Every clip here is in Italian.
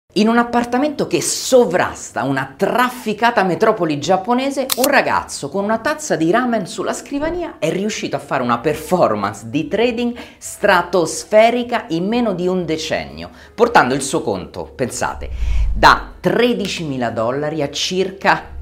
In un appartamento che sovrasta una trafficata metropoli giapponese, un ragazzo con una tazza di ramen sulla scrivania è riuscito a fare una performance di trading stratosferica in meno di un decennio, portando il suo conto, pensate, da $13.000 a circa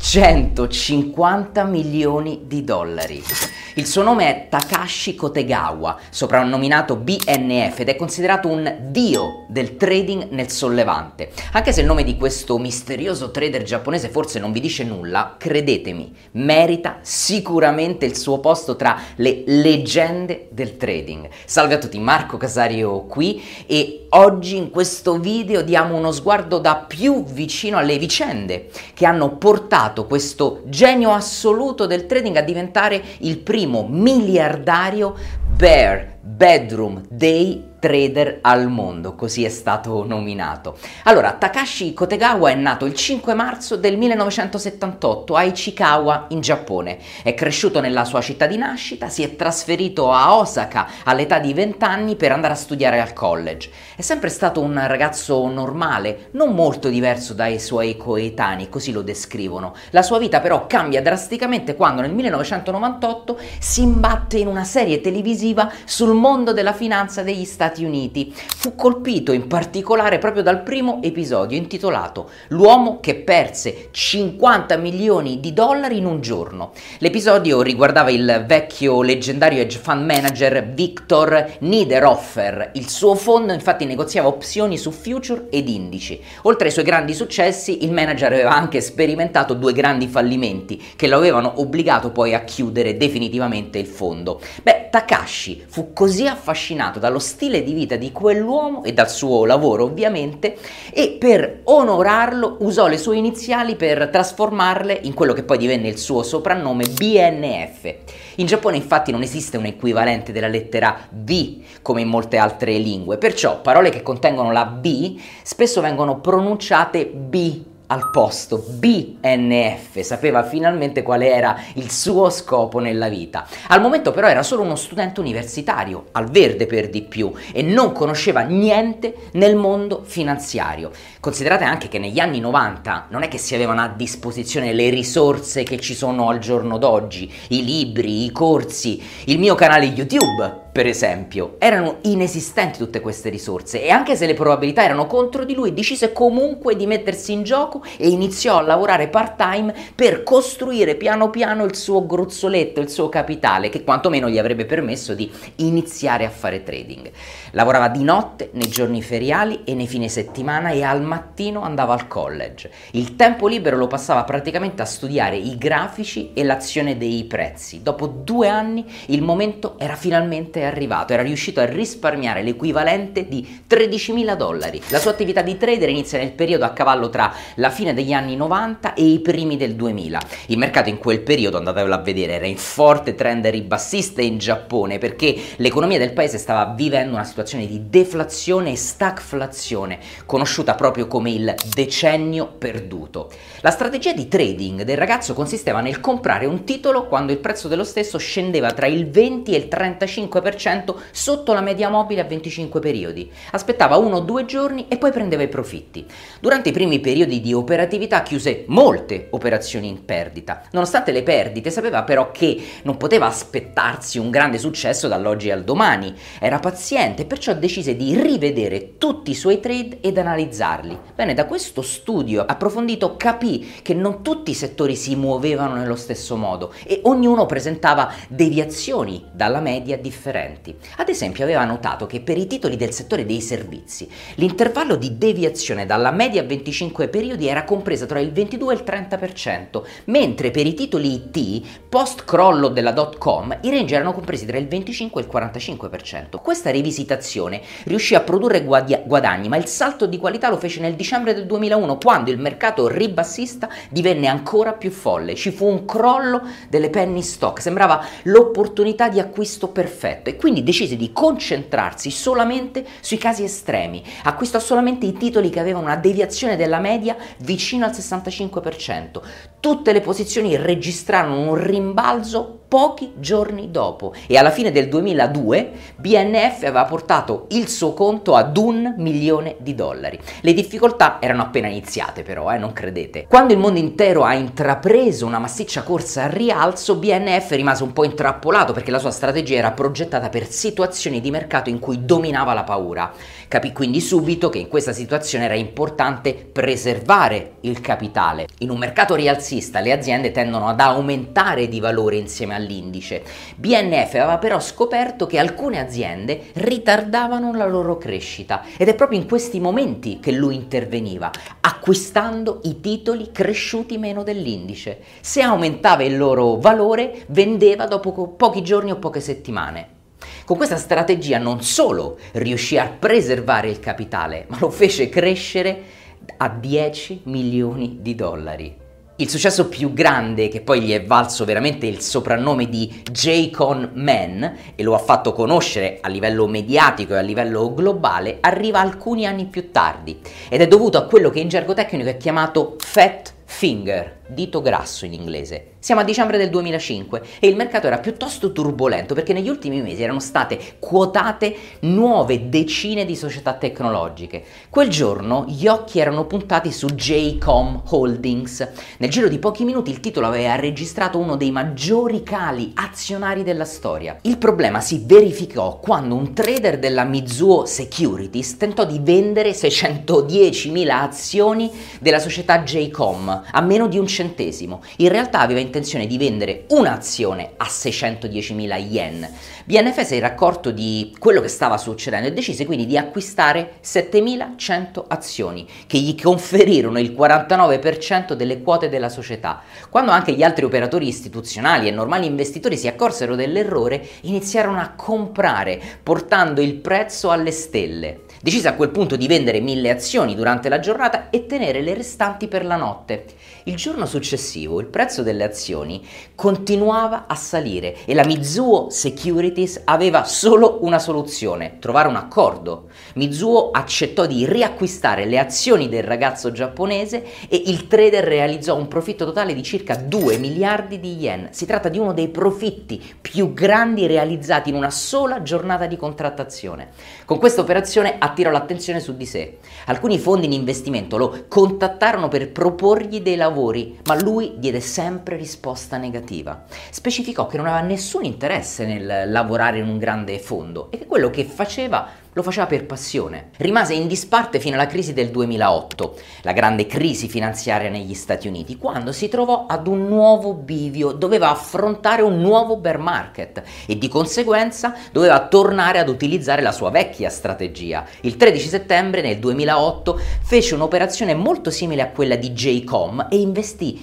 150 milioni di dollari. Il suo nome è Takashi Kotegawa, soprannominato BNF, ed è considerato un dio del trading nel sollevante. Anche se il nome di questo misterioso trader giapponese forse non vi dice nulla, credetemi, merita sicuramente il suo posto tra le leggende del trading. Salve a tutti, Marco Casario qui e oggi in questo video diamo uno sguardo da più vicino alle vicende che hanno portato questo genio assoluto del trading a diventare il primo miliardario Bear Bedroom Day trader al mondo, così è stato nominato. Allora, Takashi Kotegawa è nato il 5 marzo del 1978 a Ichikawa in Giappone. È cresciuto nella sua città di nascita, si è trasferito a Osaka all'età di 20 anni per andare a studiare al college. È sempre stato un ragazzo normale, non molto diverso dai suoi coetanei, così lo descrivono. La sua vita però cambia drasticamente quando nel 1998 si imbatte in una serie televisiva sul mondo della finanza degli Stati Uniti. Fu colpito in particolare proprio dal primo episodio intitolato L'uomo che perse 50 milioni di dollari in un giorno. L'episodio riguardava il vecchio leggendario hedge fund manager Victor Niederhofer. Il suo fondo infatti negoziava opzioni su future ed indici. Oltre ai suoi grandi successi, il manager aveva anche sperimentato due grandi fallimenti che lo avevano obbligato poi a chiudere definitivamente il fondo. Takashi fu così affascinato dallo stile di vita di quell'uomo e dal suo lavoro ovviamente, e per onorarlo usò le sue iniziali per trasformarle in quello che poi divenne il suo soprannome BNF. In Giappone infatti non esiste un equivalente della lettera B come in molte altre lingue, perciò parole che contengono la B spesso vengono pronunciate B al posto. BNF sapeva finalmente quale era il suo scopo nella vita. Al momento però era solo uno studente universitario, al verde per di più, e non conosceva niente nel mondo finanziario. Considerate anche che negli anni 90 non è che si avevano a disposizione le risorse che ci sono al giorno d'oggi, i libri, i corsi, il mio canale YouTube per esempio. Erano inesistenti tutte queste risorse, e anche se le probabilità erano contro di lui, decise comunque di mettersi in gioco e iniziò a lavorare part-time per costruire piano piano il suo gruzzoletto, il suo capitale, che quantomeno gli avrebbe permesso di iniziare a fare trading. Lavorava di notte, nei giorni feriali e nei fine settimana, e al mattino andava al college. Il tempo libero lo passava praticamente a studiare i grafici e l'azione dei prezzi. Dopo 2 anni il momento era finalmente arrivato, era riuscito a risparmiare l'equivalente di $13.000. La sua attività di trader inizia nel periodo a cavallo tra la fine degli anni 90 e i primi del 2000. Il mercato in quel periodo, andatevelo a vedere, era in forte trend ribassista in Giappone, perché l'economia del paese stava vivendo una situazione di deflazione e stagflazione, conosciuta proprio come il decennio perduto. La strategia di trading del ragazzo consisteva nel comprare un titolo quando il prezzo dello stesso scendeva tra il 20 e il 35% sotto la media mobile a 25 periodi. Aspettava 1 o 2 giorni e poi prendeva i profitti. Durante i primi periodi di operatività chiuse molte operazioni in perdita. Nonostante le perdite, sapeva però che non poteva aspettarsi un grande successo dall'oggi al domani. Era paziente, perciò decise di rivedere tutti i suoi trade ed analizzarli. Bene, da questo studio approfondito capì che non tutti i settori si muovevano nello stesso modo e ognuno presentava deviazioni dalla media differenti. Ad esempio, aveva notato che per i titoli del settore dei servizi l'intervallo di deviazione dalla media a 25 periodi era compresa tra il 22 e il 30%, mentre per i titoli IT post crollo della .com i range erano compresi tra il 25 e il 45%. Questa rivisitazione riuscì a produrre guadagni, ma il salto di qualità lo fece nel dicembre del 2001, quando il mercato ribassista divenne ancora più folle. Ci fu un crollo delle penny stock, sembrava l'opportunità di acquisto perfetto, e quindi decise di concentrarsi solamente sui casi estremi. Acquistò solamente i titoli che avevano una deviazione della media vicino al 65%. Tutte le posizioni registrarono un rimbalzo pochi giorni dopo e alla fine del 2002 BNF aveva portato il suo conto ad $1 milione. Le difficoltà erano appena iniziate però, non credete. Quando il mondo intero ha intrapreso una massiccia corsa al rialzo, BNF rimase un po' intrappolato perché la sua strategia era progettata per situazioni di mercato in cui dominava la paura. Capì quindi subito che in questa situazione era importante preservare il capitale. In un mercato rialzista le aziende tendono ad aumentare di valore insieme all'indice. BNF aveva però scoperto che alcune aziende ritardavano la loro crescita ed è proprio in questi momenti che lui interveniva, acquistando i titoli cresciuti meno dell'indice. Se aumentava il loro valore, vendeva dopo pochi giorni o poche settimane. Con questa strategia non solo riuscì a preservare il capitale, ma lo fece crescere a $10 milioni. Il successo più grande, che poi gli è valso veramente il soprannome di J-Con Man e lo ha fatto conoscere a livello mediatico e a livello globale, arriva alcuni anni più tardi ed è dovuto a quello che in gergo tecnico è chiamato Fat Finger, dito grasso in inglese. Siamo a dicembre del 2005 e il mercato era piuttosto turbolento perché negli ultimi mesi erano state quotate nuove decine di società tecnologiche. Quel giorno gli occhi erano puntati su J-Com Holdings. Nel giro di pochi minuti il titolo aveva registrato uno dei maggiori cali azionari della storia. Il problema si verificò quando un trader della Mizuho Securities tentò di vendere 610.000 azioni della società J-Com a meno di un centesimo. In realtà aveva intenzione di vendere un'azione a 610.000 yen. BNF si era accorto di quello che stava succedendo e decise quindi di acquistare 7.100 azioni che gli conferirono il 49% delle quote della società. Quando anche gli altri operatori istituzionali e normali investitori si accorsero dell'errore, iniziarono a comprare, portando il prezzo alle stelle. Decise a quel punto di vendere 1.000 azioni durante la giornata e tenere le restanti per la notte. Il giorno successivo il prezzo delle azioni continuava a salire e la Mizuho Securities aveva solo una soluzione: trovare un accordo. Mizuho accettò di riacquistare le azioni del ragazzo giapponese e il trader realizzò un profitto totale di circa 2 miliardi di yen. Si tratta di uno dei profitti più grandi realizzati in una sola giornata di contrattazione. Con questa operazione attirò l'attenzione su di sé. Alcuni fondi in investimento lo contattarono per proporgli dei lavori, ma lui diede sempre risposta negativa. Specificò che non aveva nessun interesse nel lavorare in un grande fondo e che quello che faceva lo faceva per passione. Rimase in disparte fino alla crisi del 2008, la grande crisi finanziaria negli Stati Uniti, quando si trovò ad un nuovo bivio, doveva affrontare un nuovo bear market e di conseguenza doveva tornare ad utilizzare la sua vecchia strategia. Il 13 settembre nel 2008 fece un'operazione molto simile a quella di J-Com e investì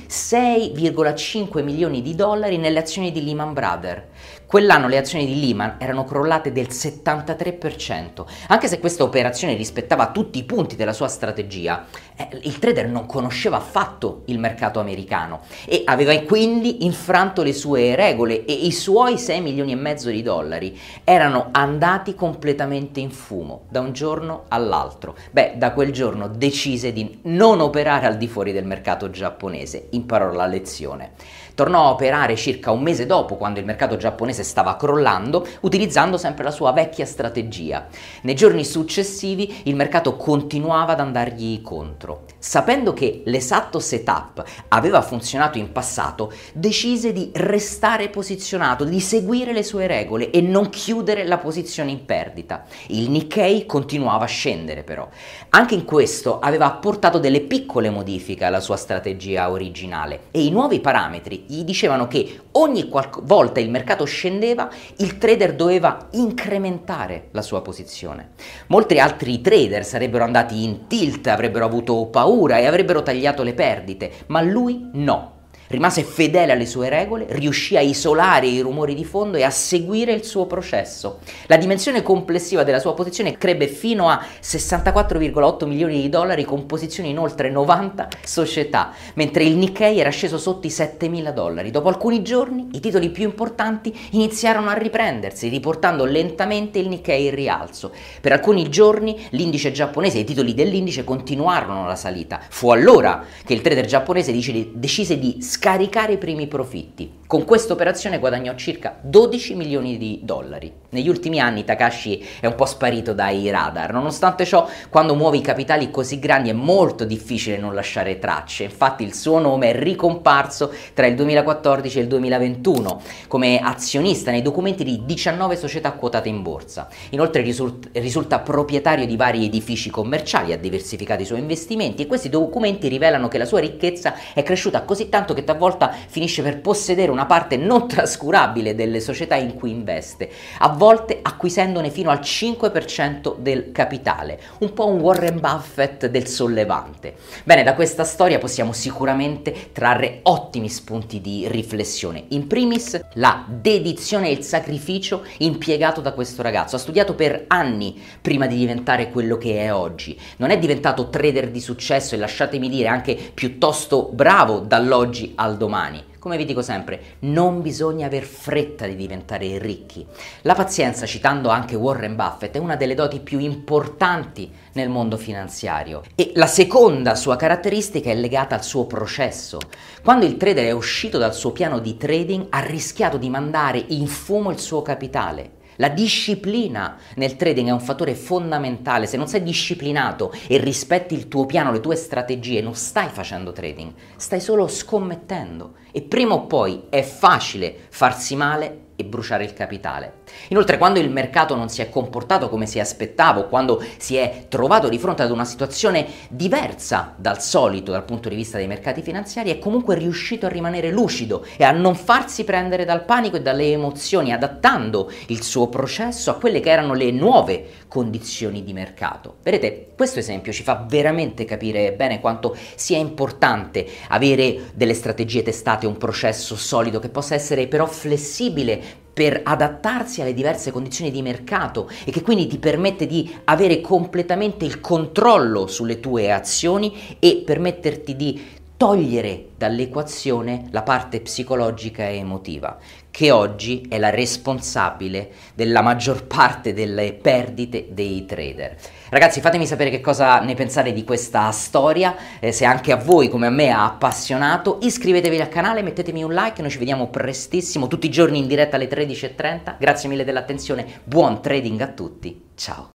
6,5 milioni di dollari nelle azioni di Lehman Brothers. Quell'anno le azioni di Lehman erano crollate del 73%. Anche se questa operazione rispettava tutti i punti della sua strategia, il trader non conosceva affatto il mercato americano e aveva quindi infranto le sue regole e i suoi 6 milioni e mezzo di dollari erano andati completamente in fumo da un giorno all'altro. Da quel giorno decise di non operare al di fuori del mercato giapponese, imparò la lezione. Tornò a operare circa un mese dopo, quando il mercato giapponese stava crollando, utilizzando sempre la sua vecchia strategia. Nei giorni successivi il mercato continuava ad andargli contro. Sapendo che l'esatto setup aveva funzionato in passato, decise di restare posizionato, di seguire le sue regole e non chiudere la posizione in perdita. Il Nikkei continuava a scendere però. Anche in questo aveva apportato delle piccole modifiche alla sua strategia originale e i nuovi parametri gli dicevano che ogni volta il mercato scendeva, il trader doveva incrementare la sua posizione. Molti altri trader sarebbero andati in tilt, avrebbero avuto paura e avrebbero tagliato le perdite, ma lui no. Rimase fedele alle sue regole, riuscì a isolare i rumori di fondo e a seguire il suo processo. La dimensione complessiva della sua posizione crebbe fino a 64,8 milioni di dollari con posizioni in oltre 90 società, mentre il Nikkei era sceso sotto i 7.000 dollari. Dopo alcuni giorni i titoli più importanti iniziarono a riprendersi, riportando lentamente il Nikkei in rialzo. Per alcuni giorni l'indice giapponese e i titoli dell'indice continuarono la salita. Fu allora che il trader giapponese decise di scaricare i primi profitti. Con questa operazione guadagnò circa 12 milioni di dollari. Negli ultimi anni Takashi è un po' sparito dai radar, nonostante ciò quando muovi capitali così grandi è molto difficile non lasciare tracce, infatti il suo nome è ricomparso tra il 2014 e il 2021 come azionista nei documenti di 19 società quotate in borsa. Inoltre risulta proprietario di vari edifici commerciali, ha diversificato i suoi investimenti e questi documenti rivelano che la sua ricchezza è cresciuta così tanto che talvolta finisce per possedere una parte non trascurabile delle società in cui investe, a volte acquisendone fino al 5% del capitale, un po' un Warren Buffett del sollevante. Bene, da questa storia possiamo sicuramente trarre ottimi spunti di riflessione. In primis, la dedizione e il sacrificio impiegato da questo ragazzo. Ha studiato per anni prima di diventare quello che è oggi. Non è diventato trader di successo e, lasciatemi dire, anche piuttosto bravo dall'oggi al domani. Come vi dico sempre, non bisogna aver fretta di diventare ricchi. La pazienza, citando anche Warren Buffett, è una delle doti più importanti nel mondo finanziario. E la seconda sua caratteristica è legata al suo processo. Quando il trader è uscito dal suo piano di trading, ha rischiato di mandare in fumo il suo capitale. La disciplina nel trading è un fattore fondamentale. Se non sei disciplinato e rispetti il tuo piano, le tue strategie, non stai facendo trading, stai solo scommettendo e prima o poi è facile farsi male e bruciare il capitale. Inoltre, quando il mercato non si è comportato come si aspettava, quando si è trovato di fronte ad una situazione diversa dal solito dal punto di vista dei mercati finanziari, è comunque riuscito a rimanere lucido e a non farsi prendere dal panico e dalle emozioni, adattando il suo processo a quelle che erano le nuove condizioni di mercato. Vedete, questo esempio ci fa veramente capire bene quanto sia importante avere delle strategie testate, un processo solido che possa essere però flessibile per adattarsi alle diverse condizioni di mercato e che quindi ti permette di avere completamente il controllo sulle tue azioni e permetterti di togliere dall'equazione la parte psicologica e emotiva, che oggi è la responsabile della maggior parte delle perdite dei trader. Ragazzi, fatemi sapere che cosa ne pensate di questa storia, se anche a voi come a me ha appassionato. Iscrivetevi al canale, mettetemi un like, noi ci vediamo prestissimo, tutti i giorni in diretta alle 13:30. Grazie mille dell'attenzione, buon trading a tutti, ciao!